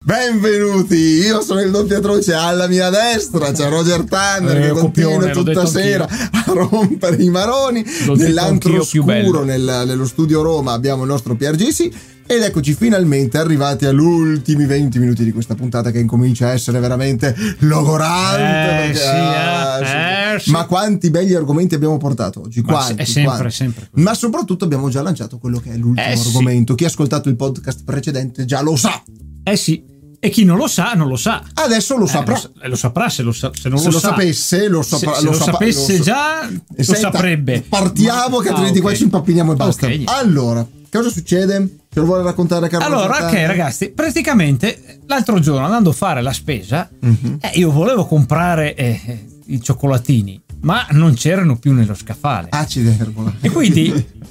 Benvenuti, io sono il Don Pietroce, alla mia destra c'è Roger Tanner che continua tutta sera a rompere i maroni. Nell'antro scuro, nello studio Roma, abbiamo il nostro PRGC. Ed eccoci finalmente arrivati agli ultimi 20 minuti di questa puntata, che incomincia a essere veramente logorante. Sì. Ma quanti belli argomenti abbiamo portato oggi? Quanti? Sempre. Ma soprattutto abbiamo già lanciato quello che è l'ultimo argomento. Chi ha ascoltato il podcast precedente già lo sa. Sì. E chi non lo sa, non lo sa. Adesso lo saprà. Lo saprà se non se lo lo sa. sapesse, lo sapesse già, lo saprebbe. Partiamo, che altrimenti qua ci impappiniamo e basta. Okay. Allora, cosa succede? Ce lo vuole raccontare Carlo? Allora, ok ragazzi, praticamente l'altro giorno andando a fare la spesa, io volevo comprare i cioccolatini, ma non c'erano più nello scaffale. Acciderbola. E quindi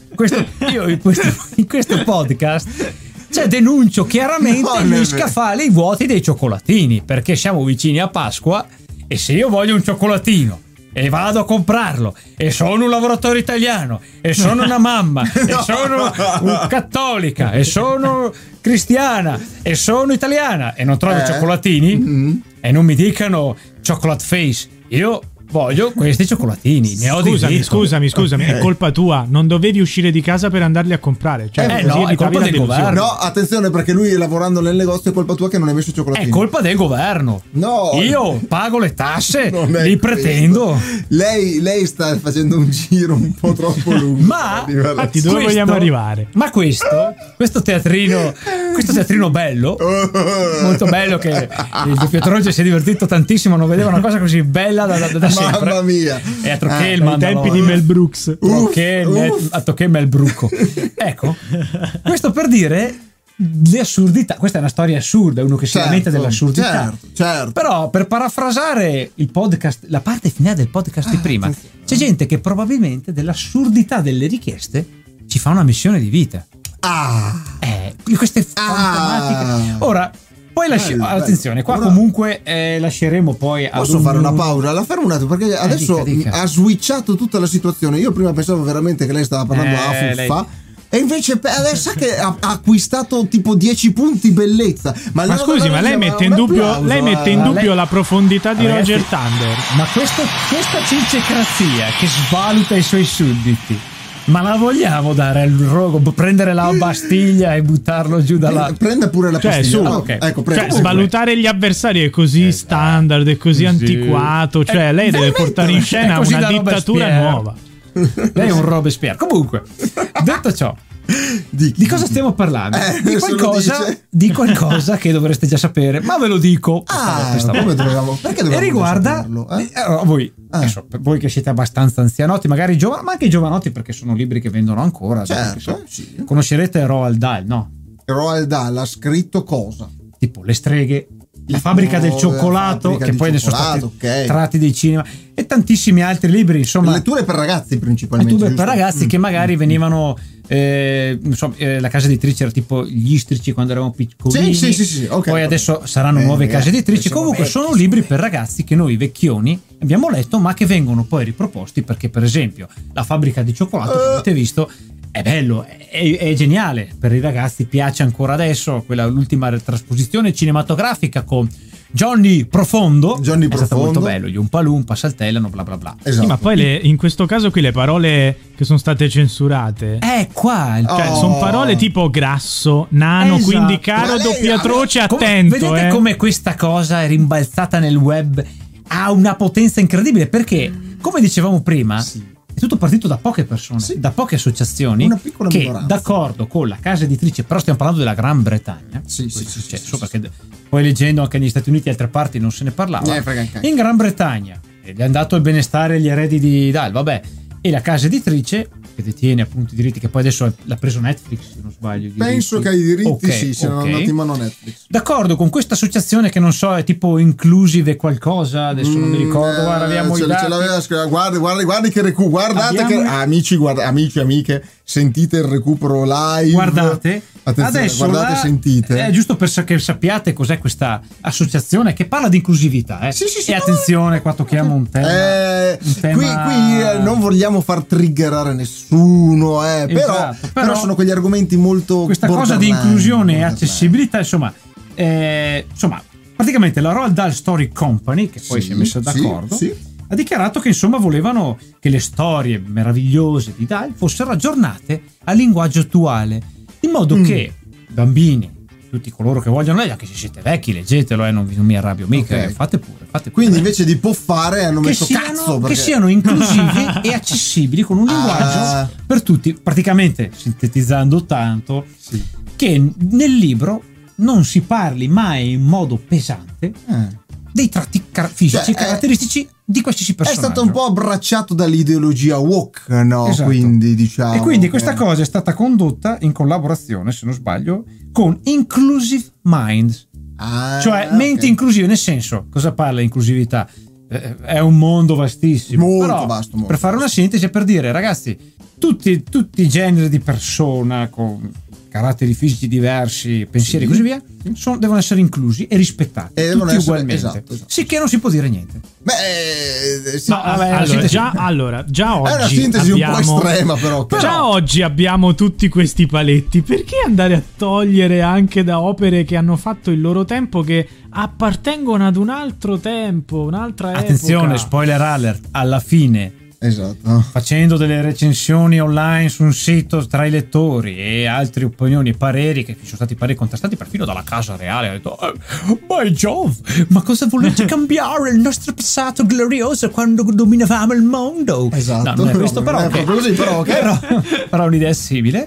in questo podcast denuncio chiaramente gli scaffali vuoti dei cioccolatini, perché siamo vicini a Pasqua e se io voglio un cioccolatino e vado a comprarlo e sono un lavoratore italiano e sono una mamma e sono cattolica e sono cristiana e sono italiana e non trovo i cioccolatini e non mi dicano chocolate face, io voglio questi cioccolatini. Scusami, è colpa tua. Non dovevi uscire di casa per andarli a comprare. No, è colpa del governo. No, attenzione, perché lui lavorando nel negozio è colpa tua che non hai messo i cioccolatini. È colpa del governo. No, io pago le tasse, li pretendo. Lei sta facendo un giro un po' troppo lungo. Ma infatti, dove vogliamo arrivare? Ma questo teatrino bello, molto bello, che il Pietroce si è divertito tantissimo. Non vedeva una cosa così bella da sempre. Mamma mia. E a tocché i tempi di Mel Brooks. A tocché Mel Brucco. Ecco, questo per dire le assurdità. Questa è una storia assurda, uno che si lamenta dell'assurdità. Certo. Però, per parafrasare il podcast, la parte finale del podcast di prima, c'è gente che probabilmente dell'assurdità delle richieste ci fa una missione di vita. Questa è fantomatica. Ora, poi attenzione, qua comunque lasceremo poi. Posso fare una pausa? La fermo un attimo, perché adesso dica. ha switchato tutta la situazione. Io prima pensavo veramente che lei stava parlando a fuffa. E invece adesso che ha acquistato tipo 10 punti bellezza. Ma scusi, ma lei mette in dubbio la profondità di Roger Thunder. Ma questa cincecrazia che svaluta i suoi sudditi, ma la vogliamo dare al rogo, prendere la Bastiglia e buttarlo giù dalla... Prende pure la pastiglia. Ecco, svalutare gli avversari è così standard, è così antiquato. Lei deve portare in scena una dittatura nuova. Lei è un Robespierre. Comunque, detto ciò, di cosa stiamo parlando? Di qualcosa che dovreste già sapere, ma ve lo dico. Perché dovevamo riguarda voi. Adesso, per voi che siete abbastanza anzianotti, magari giovani, ma anche giovanotti, perché sono libri che vendono ancora. Sì. Conoscerete Roald Dahl, no? Roald Dahl ha scritto cosa? Tipo Le streghe, La fabbrica del cioccolato, che poi adesso sono stati tratti dei cinema, e tantissimi altri libri, insomma. Letture per ragazzi principalmente. Letture per ragazzi che magari venivano. La casa editrice era tipo Gli Istrici quando eravamo piccolini. Sì. Poi adesso saranno nuove case editrici. Comunque sono libri per ragazzi che noi vecchioni abbiamo letto, ma che vengono poi riproposti, perché per esempio La fabbrica di cioccolato, come avete visto, è bello, è geniale, per i ragazzi piace ancora adesso. L'ultima trasposizione cinematografica con Johnny Profondo è stato molto bello. Gli Umpa Lumpa saltellano, bla bla bla. Esatto. Sì, ma poi in questo caso qui le parole che sono state censurate sono parole tipo grasso, nano, quindi caro doppiatroce, attento. Vedete come questa cosa è rimbalzata nel web, ha una potenza incredibile, perché come dicevamo prima, è tutto partito da poche persone, da poche associazioni, una piccola che minoranza, d'accordo con la casa editrice, però stiamo parlando della Gran Bretagna, perché poi leggendo anche negli Stati Uniti e altre parti non se ne parlava. In Gran Bretagna gli hanno dato il benestare agli eredi di Dahl, vabbè, e la casa editrice che detiene appunto i diritti, che poi adesso l'ha preso Netflix, se non sbaglio. Penso che i diritti siano andati in mano a Netflix. D'accordo con questa associazione che non so, è tipo Inclusive qualcosa, adesso non mi ricordo. Guarda, abbiamo i dati. Guardi che guardate che amici e amiche, sentite il recupero live. Guardate. Attenzione, adesso guardate, sentite. È giusto per che sappiate cos'è questa associazione che parla di inclusività. Sì, e attenzione, qua tocchiamo un tema. Qui non vogliamo far triggerare nessuno, però sono quegli argomenti molto. Questa cosa di inclusione e accessibilità, insomma, insomma, praticamente la Roald Dahl Story Company, che poi si è messa d'accordo, ha dichiarato che insomma volevano che le storie meravigliose di Dahl fossero aggiornate al linguaggio attuale, in modo che bambini, tutti coloro che vogliono leggere, anche se siete vecchi, leggetelo, non mi arrabbio mica, fate pure. Quindi invece di puffare hanno messo cazzo, che siano inclusivi e accessibili con un linguaggio per tutti, praticamente sintetizzando tanto, che nel libro non si parli mai in modo pesante dei tratti fisici caratteristici di qualsiasi personaggio. È stato un po' abbracciato dall'ideologia woke, no? Esatto. Quindi diciamo. E quindi questa cosa è stata condotta in collaborazione, se non sbaglio, con Inclusive Minds. Cioè menti inclusive, nel senso, cosa parla inclusività? È un mondo vastissimo. Molto vasto. Per fare una sintesi, è per dire, ragazzi, tutti i generi di persona con caratteri fisici diversi, pensieri e così via, devono essere inclusi e rispettati tutti ugualmente. Esatto. Sicché non si può dire niente. Già oggi è una sintesi un po' estrema, però. Già oggi abbiamo tutti questi paletti. Perché andare a togliere anche da opere che hanno fatto il loro tempo, che appartengono ad un altro tempo, un'altra epoca? Attenzione, spoiler alert, alla fine. Esatto. Facendo delle recensioni online su un sito tra i lettori e altre opinioni e pareri, che ci sono stati pareri contrastati perfino dalla Casa Reale, ha detto my Jove, ma cosa volete cambiare il nostro passato glorioso quando dominavamo il mondo? Esatto. No, non è questo, però un'idea simile.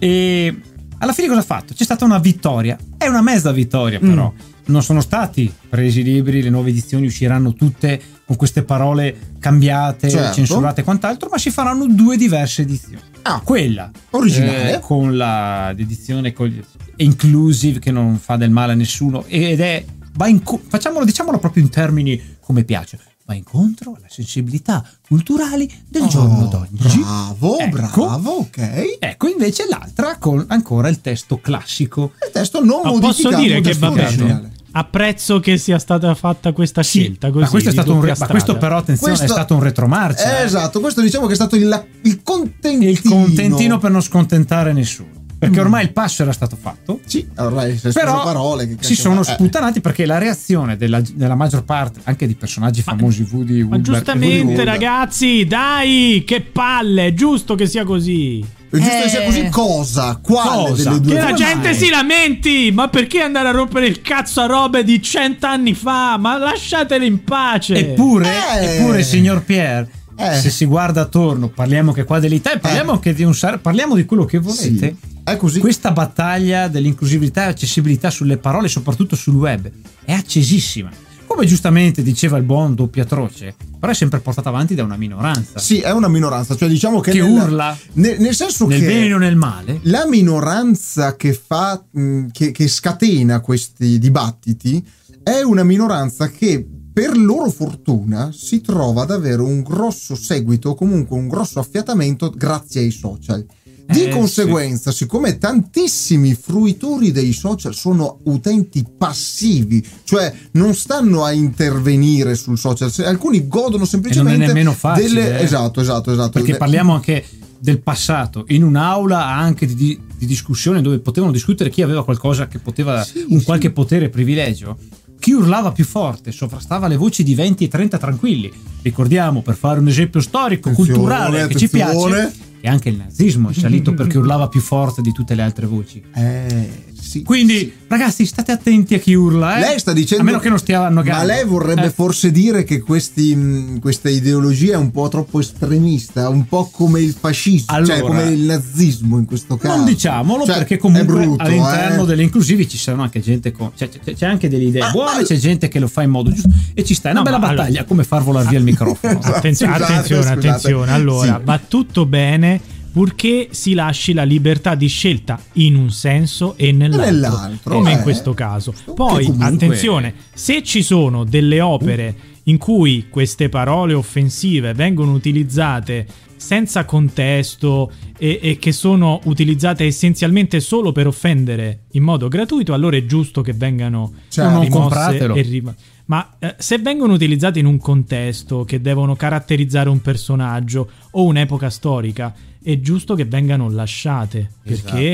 E alla fine cosa ha fatto? C'è stata una vittoria, è una mezza vittoria, però non sono stati presi i libri, le nuove edizioni usciranno tutte con queste parole cambiate, censurate e quant'altro, ma si faranno 2 diverse edizioni. Quella originale con l'edizione inclusive, che non fa del male a nessuno, ed è diciamolo proprio in termini come piace, va incontro alla sensibilità culturali del giorno d'oggi. Bravo, ok. Ecco, invece l'altra con ancora il testo classico. Il testo non modificato. Posso dire che va bene. Apprezzo che sia stata fatta questa scelta così. Ma questo è stato questo però, attenzione, è stato un retromarcia. Esatto, questo diciamo che è stato il contentino. Il contentino per non scontentare nessuno. Perché ormai il passo era stato fatto. Sì, ormai però parole che si sono sputtanati, perché la reazione della maggior parte anche di personaggi famosi, ma giustamente ragazzi, dai, che palle, è giusto che sia così. È giusto che sia così cosa? Quale delle due? Che la gente si lamenti. Ma perché andare a rompere il cazzo a robe di 100 anni fa? Ma lasciatele in pace. Eppure signor Pierre, se si guarda attorno, parliamo che qua dell'Italia, parliamo anche parliamo di quello che volete. È così. Questa battaglia dell'inclusività e accessibilità sulle parole, soprattutto sul web, è accesissima. Come giustamente diceva il buon Doppiatroce, però è sempre portata avanti da una minoranza. Sì, è una minoranza, cioè diciamo che urla nel senso nel che bene o nel male. La minoranza che fa che scatena questi dibattiti è una minoranza che, per loro fortuna, si trova ad avere un grosso seguito, o comunque un grosso affiatamento grazie ai social. Di conseguenza, siccome tantissimi fruitori dei social sono utenti passivi, cioè non stanno a intervenire sul social, alcuni godono semplicemente e non è nemmeno facile, Esatto. Perché parliamo anche del passato, in un'aula anche di discussione dove potevano discutere chi aveva qualcosa che poteva, qualche potere e privilegio. Chi urlava più forte sovrastava le voci di 20 e 30 tranquilli. Ricordiamo, per fare un esempio storico, culturale, che ci piace, e anche il nazismo è salito perché urlava più forte di tutte le altre voci. Quindi, ragazzi, state attenti a chi urla. Lei sta dicendo, a meno che non stia annogando. Ma lei vorrebbe forse dire che questa ideologia è un po' troppo estremista, un po' come il fascismo, cioè come il nazismo in questo caso. Non diciamolo, perché comunque all'interno delle inclusivi ci sono anche gente c'è anche delle idee buone, c'è gente che lo fa in modo giusto e ci sta. È una bella battaglia, come far volare via il microfono. Attenzione, allora va tutto bene, purché si lasci la libertà di scelta in un senso e nell'altro come in questo caso. Poi comunque, attenzione, se ci sono delle opere in cui queste parole offensive vengono utilizzate senza contesto e che sono utilizzate essenzialmente solo per offendere in modo gratuito, allora è giusto che vengano rimosse ma se vengono utilizzate in un contesto che devono caratterizzare un personaggio o un'epoca storica, è giusto che vengano lasciate, perché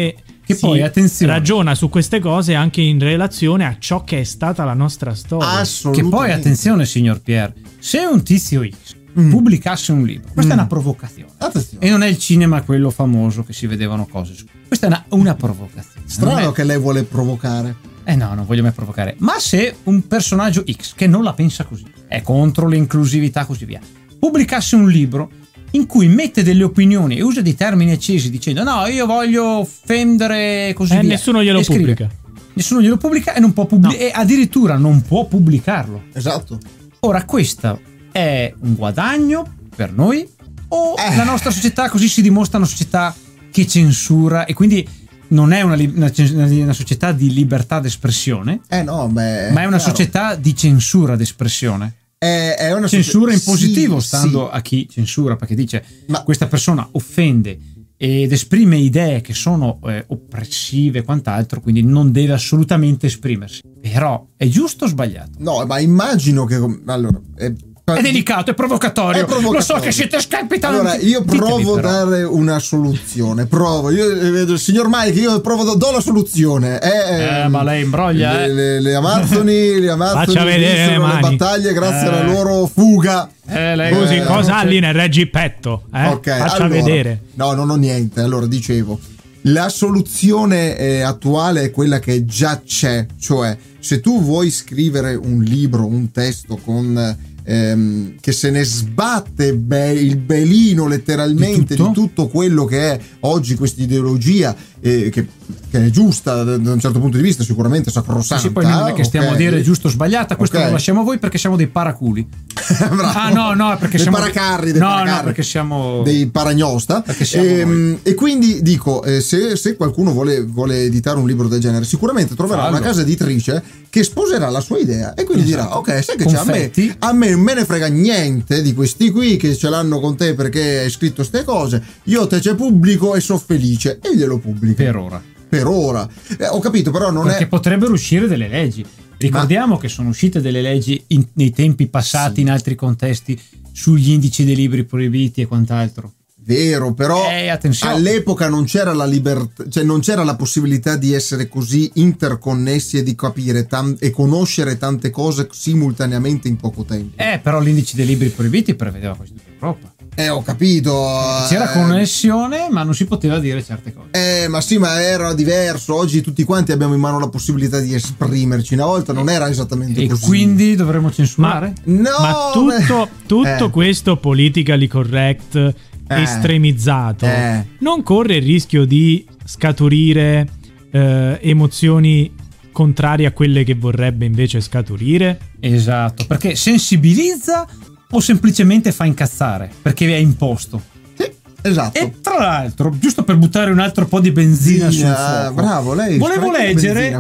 Che poi, attenzione, ragiona su queste cose anche in relazione a ciò che è stata la nostra storia. Assolutamente. Che poi, attenzione, signor Pier, se un tizio X pubblicasse un libro, questa è una provocazione. Attenzione. E non è il cinema quello famoso che si vedevano cose su. Questa è una provocazione. Strano che lei vuole provocare. No, non voglio mai provocare. Ma se un personaggio X che non la pensa così, è contro l'inclusività, così via, pubblicasse un libro in cui mette delle opinioni e usa dei termini accesi dicendo no, io voglio offendere così via, nessuno glielo pubblica. Nessuno glielo pubblica e non può e addirittura non può pubblicarlo. Esatto. Ora, questo è un guadagno per noi o la nostra società così si dimostra una società che censura e quindi non è una società di libertà d'espressione? Ma è una società di censura d'espressione. È una censura in positivo, stando a chi censura, perché dice questa persona offende ed esprime idee che sono oppressive e quant'altro, quindi non deve assolutamente esprimersi. Però è giusto o sbagliato? No, ma immagino che allora è delicato, è provocatorio. Lo so che siete scalpitanti. Allora, io provo a dare una soluzione. Io, signor Mike, io provo, do la soluzione. Ma lei imbroglia. Le Amazzoni faccia vedere le battaglie grazie alla loro fuga. Così, cosa ha lì nel reggipetto? Okay, faccia vedere. No, non ho niente. Allora, dicevo, la soluzione attuale è quella che già c'è. Cioè, se tu vuoi scrivere un libro, un testo con che se ne sbatte il belino letteralmente di tutto quello che è oggi questa ideologia che è giusta da un certo punto di vista, sicuramente sacrosanta. Sì, poi non è che stiamo a dire giusto o sbagliata, questo lo lasciamo a voi perché siamo dei paraculi. No, perché dei siamo paracarri, no, perché siamo dei paragnosta. E quindi dico, se qualcuno vuole editare un libro del genere, sicuramente troverà una casa editrice che sposerà la sua idea e quindi dirà ok, sai che c'è, a me non me ne frega niente di questi qui che ce l'hanno con te perché hai scritto ste cose, io te ce pubblico e sono felice, e glielo pubblico per ora. Ho capito, però non perché potrebbero uscire delle leggi. Ricordiamo che sono uscite delle leggi nei tempi passati, in altri contesti, sugli indici dei libri proibiti e quant'altro. Vero, però all'epoca non c'era la libertà, cioè non c'era la possibilità di essere così interconnessi e di capire e conoscere tante cose simultaneamente in poco tempo. Però l'indice dei libri proibiti prevedeva questo in Europa. Ho capito. C'era connessione, ma non si poteva dire certe cose. Ma sì, ma era diverso. Oggi tutti quanti abbiamo in mano la possibilità di esprimerci. Una volta non era esattamente così. E quindi dovremmo censurare? Ma tutto questo politically correct estremizzato non corre il rischio di scaturire emozioni contrarie a quelle che vorrebbe invece scaturire? Esatto, perché sensibilizza o semplicemente fa incazzare perché vi è imposto. Sì, esatto. E tra l'altro, giusto per buttare un altro po' di benzina sul fuoco, bravo, lei volevo leggere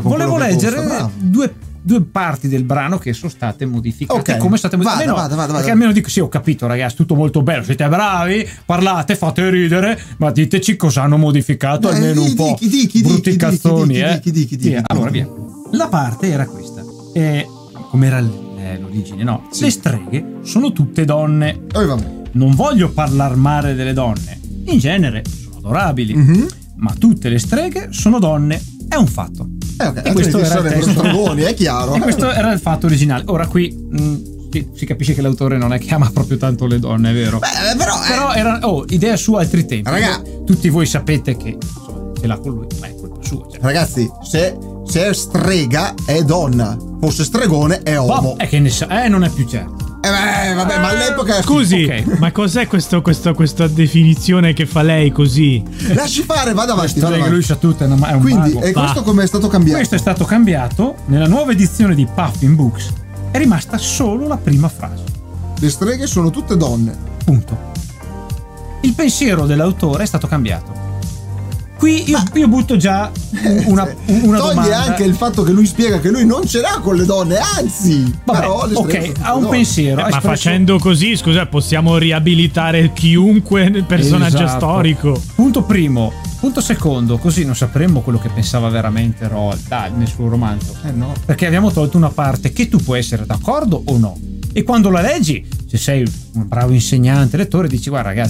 due parti del brano che sono state modificate. Come state modificate? Vada. Perché almeno dico, sì, ho capito ragazzi, tutto molto bello, siete bravi, parlate, fate ridere, ma diteci cosa hanno modificato, almeno un po'. Brutti cazzoni. Allora, via. La parte era questa. Come era l'origine? No. Sì. Le streghe sono tutte donne. Non voglio parlare male delle donne. In genere sono adorabili. Ma tutte le streghe sono donne. È un fatto. E questo era il testo. Stregoni, è chiaro. E questo era il fatto originale. Ora qui si capisce che l'autore non è che ama proprio tanto le donne, è vero? Però era idea su altri tempi. Tutti voi sapete che ce l'ha con lui, ma è colpa sua. Ragazzi, se è strega è donna, fosse stregone è uomo. È che ne sa, non è più certo. Vabbè, ma all'epoca. Scusi, ma cos'è questa definizione che fa lei così? Lasci fare, vada avanti. Lui sa tutto, è un quindi, e questo come è stato cambiato? Questo è stato cambiato nella nuova edizione di Puffin Books. È rimasta solo la prima frase. Le streghe sono tutte donne. Punto. Il pensiero dell'autore è stato cambiato. Qui io butto già una toglie domanda. Anche il fatto che lui spiega che lui non ce l'ha con le donne, anzi. Però ha un pensiero. Ma facendo così, scusa, possiamo riabilitare chiunque personaggio storico. Punto primo. Punto secondo, così non sapremmo quello che pensava veramente Roald Dahl nel suo romanzo. No. Perché abbiamo tolto una parte che tu puoi essere d'accordo o no. E quando la leggi, se sei un bravo insegnante, lettore, dici guarda ragazzi,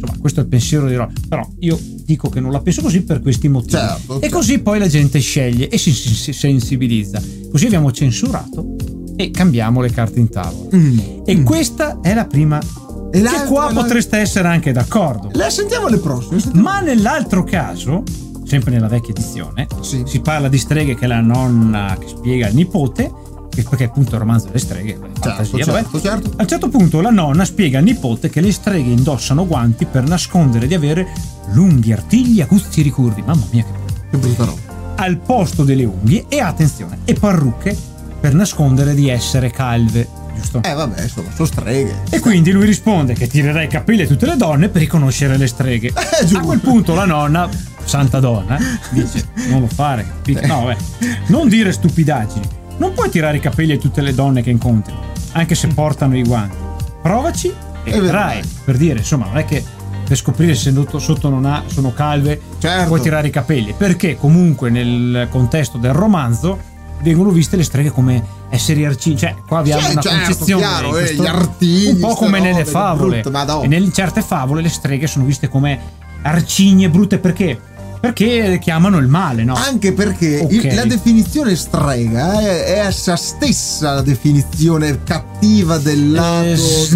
Insomma, questo è il pensiero di Ron. Però io dico che non la penso così per questi motivi. Certo. Così poi la gente sceglie e si sensibilizza. Così abbiamo censurato e cambiamo le carte in tavola. E questa è la prima. E che qua potreste essere anche d'accordo. Sentiamo le prossime. Ma nell'altro caso, sempre nella vecchia edizione, si parla di streghe che è la nonna che spiega al nipote, perché appunto il romanzo delle streghe, fantasia, certo. A un certo punto la nonna spiega al nipote che le streghe indossano guanti per nascondere di avere lunghi artigli aguzzi ricurvi. Mamma mia che brutta roba. Al posto delle unghie e attenzione, e parrucche per nascondere di essere calve, giusto? Vabbè, sono streghe. E quindi lui risponde che tirerà i capelli a tutte le donne per riconoscere le streghe. A quel punto la nonna, santa donna, dice non lo fare, no, non dire stupidaggini. Non puoi tirare i capelli a tutte le donne che incontri, anche se portano i guanti. Provaci e vedrai. Per dire, insomma, non è che per scoprire se sotto sono calve, puoi tirare i capelli, perché comunque nel contesto del romanzo vengono viste le streghe come esseri arcigni, cioè qua abbiamo una concezione chiaro, gli artigli, un po' come nelle favole, e in certe favole le streghe sono viste come arcigne brutte perché chiamano il male, no? Anche perché la definizione strega è essa stessa la definizione cattiva del lato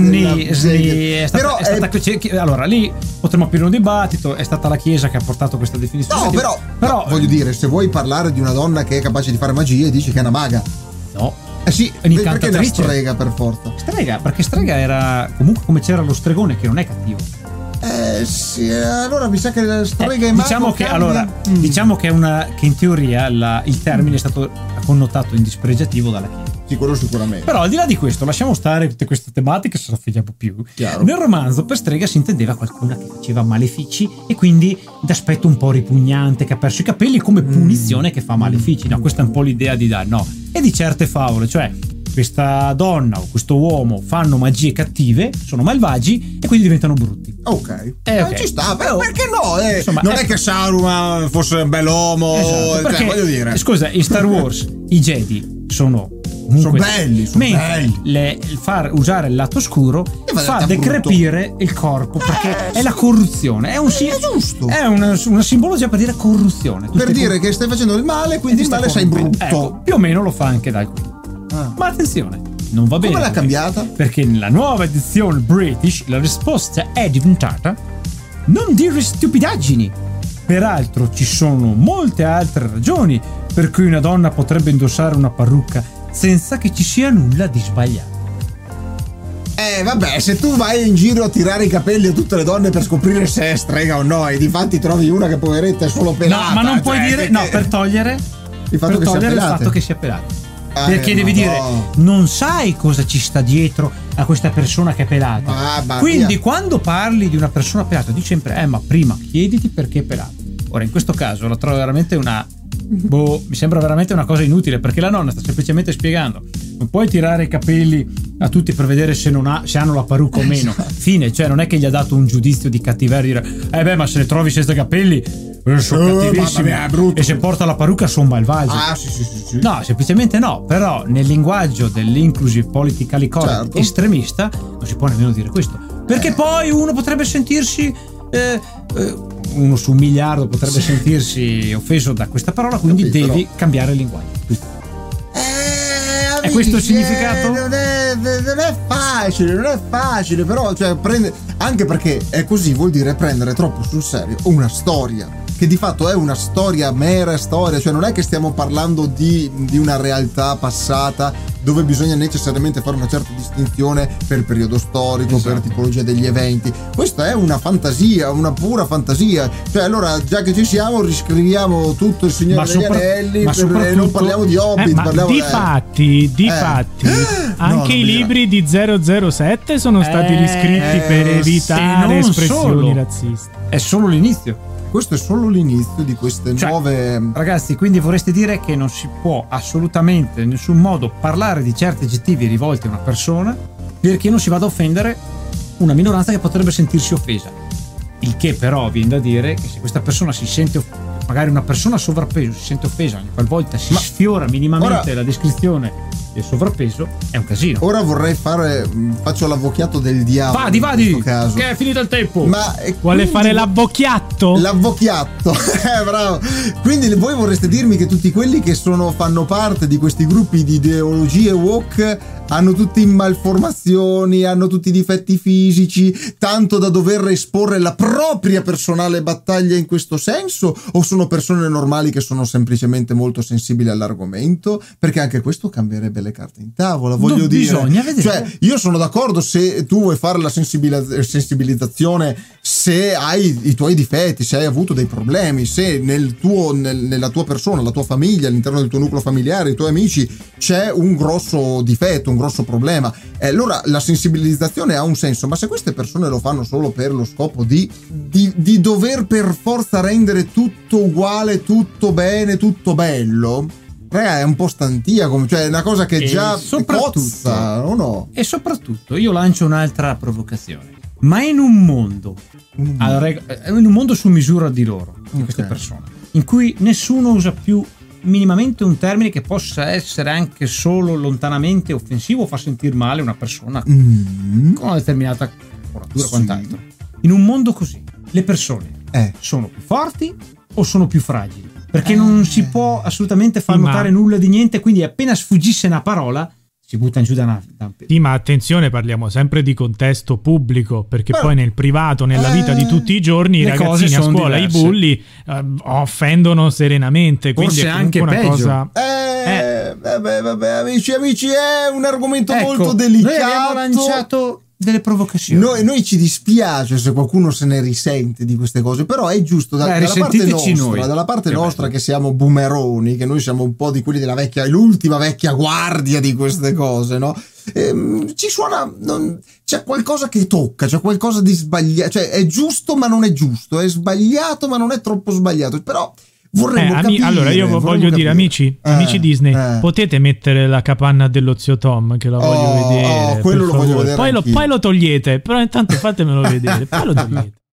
allora lì potremmo aprire un dibattito, è stata la Chiesa che ha portato questa definizione. No, però voglio dire, se vuoi parlare di una donna che è capace di fare magie, dici che è una maga. No. Sì, perché è una strega per forza. Strega, perché strega era comunque come c'era lo stregone che non è cattivo. Sì, allora mi sa che la strega è diciamo che diciamo che in teoria il termine è stato connotato in dispregiativo dalla Chiesa. Sì, quello sicuramente. Però al di là di questo, lasciamo stare tutte queste tematiche, se soffiamo più. Chiaro. Nel romanzo per strega si intendeva qualcuna che faceva malefici e quindi d'aspetto un po' ripugnante, che ha perso i capelli come punizione che fa malefici. No, questa è un po' l'idea di e di certe favole, cioè questa donna o questo uomo fanno magie cattive, sono malvagi e quindi diventano brutti. Ok. Ci sta, perché no? Insomma, non è che Saruman fosse un bell'uomo, esatto, perché, voglio dire. Scusa, in Star Wars i Jedi sono belli, far usare il lato oscuro fa decrepire il corpo, perché è la corruzione, è giusto, è una simbologia per dire corruzione, per dire che stai facendo il male, quindi il male sei brutto. Ecco, più o meno lo fa anche da qui. Ma attenzione, non va bene. Come l'ha cambiata? Perché nella nuova edizione British la risposta è diventata non dire stupidaggini. Peraltro ci sono molte altre ragioni per cui una donna potrebbe indossare una parrucca senza che ci sia nulla di sbagliato. Vabbè, se tu vai in giro a tirare i capelli a tutte le donne per scoprire se è strega o no, e difatti trovi una che poveretta è solo pelata. No, ma non puoi dire per togliere il fatto che sia pelata. Perché devi dire non sai cosa ci sta dietro a questa persona che è pelata. Quindi quando parli di una persona pelata dici sempre ma prima chiediti perché è pelata. Ora in questo caso la trovo veramente mi sembra veramente una cosa inutile, perché la nonna sta semplicemente spiegando non puoi tirare i capelli a tutti per vedere se hanno la parrucca o meno. Fine, cioè non è che gli ha dato un giudizio di cattiveria, dire ma se le trovi senza capelli sono cattivissimi, e se porta la parrucca sono malvagi. Sì. No, semplicemente no. Però nel linguaggio dell'inclusive politically correct estremista non si può nemmeno dire questo, perché poi uno potrebbe sentirsi uno su un miliardo potrebbe sentirsi offeso da questa parola, quindi devi cambiare il linguaggio. È questo il significato? Non è facile, però anche perché è così, vuol dire prendere troppo sul serio una storia che di fatto è una storia, mera storia, cioè non è che stiamo parlando di una realtà passata dove bisogna necessariamente fare una certa distinzione per periodo storico, per tipologia degli eventi. Questa è una fantasia, una pura fantasia. Cioè allora, già che ci siamo, riscriviamo tutto il Signore degli Anelli, non parliamo di Hobbit, parliamo di fatti anche i libri di 007 sono stati riscritti per evitare espressioni razziste. È solo l'inizio. Questo è solo l'inizio di queste nuove. Ragazzi, quindi vorreste dire che non si può assolutamente in nessun modo parlare di certi aggettivi rivolti a una persona perché non si vada a offendere una minoranza che potrebbe sentirsi offesa. Il che però viene da dire che se questa persona si sente magari una persona sovrappeso si sente offesa ogni qualvolta si sfiora minimamente la descrizione il sovrappeso è un casino. Ora vorrei faccio l'avvocchiato del diavolo. Vadi, che è finito il tempo. Ma vuole fare l'avvocchiatto? L'avvocchiatto, bravo. Quindi voi vorreste dirmi che tutti quelli che fanno parte di questi gruppi di ideologie woke hanno tutti malformazioni, hanno tutti difetti fisici, tanto da dover esporre la propria personale battaglia in questo senso, o sono persone normali che sono semplicemente molto sensibili all'argomento? Perché anche questo cambierebbe le carte in tavola, voglio dire. Bisogna vedere. Cioè, io sono d'accordo se tu vuoi fare la sensibilizzazione, se hai i tuoi difetti, se hai avuto dei problemi, se nella tua persona, la tua famiglia, all'interno del tuo nucleo familiare, i tuoi amici, c'è un grosso difetto, un grosso problema, allora la sensibilizzazione ha un senso. Ma se queste persone lo fanno solo per lo scopo di dover per forza rendere tutto uguale, tutto bene, tutto bello, è un po' stantia, cioè è una cosa che già cozza, o no? E soprattutto io lancio un'altra provocazione: ma in un mondo su misura di loro, di queste persone, in cui nessuno usa più minimamente un termine che possa essere anche solo lontanamente offensivo o fa sentire male una persona con una determinata coloratura, quant'altro, in un mondo così le persone sono più forti o sono più fragili? Perché non si può assolutamente far notare nulla di niente, quindi appena sfuggisse una parola si butta in giù da una. Sì, ma attenzione, parliamo sempre di contesto pubblico, perché poi nel privato, nella vita di tutti i giorni, i ragazzini a scuola, diverse. I bulli offendono serenamente, quindi forse è anche una peggio. cosa. Vabbè, amici, è un argomento molto delicato. Noi abbiamo lanciato delle provocazioni. Noi ci dispiace se qualcuno se ne risente di queste cose, però è giusto dalla parte nostra che siamo boomeroni, che noi siamo un po' di quelli l'ultima vecchia guardia di queste cose, no? Ci suona, c'è qualcosa che tocca, c'è qualcosa di sbagliato, cioè è giusto ma non è giusto, è sbagliato ma non è troppo sbagliato, però vorremmo capire. Allora io voglio dire, amici Disney, potete mettere la capanna dello zio Tom, che la voglio vedere, quello lo voglio vedere poi lo togliete, però intanto fatemelo vedere, poi lo togliete.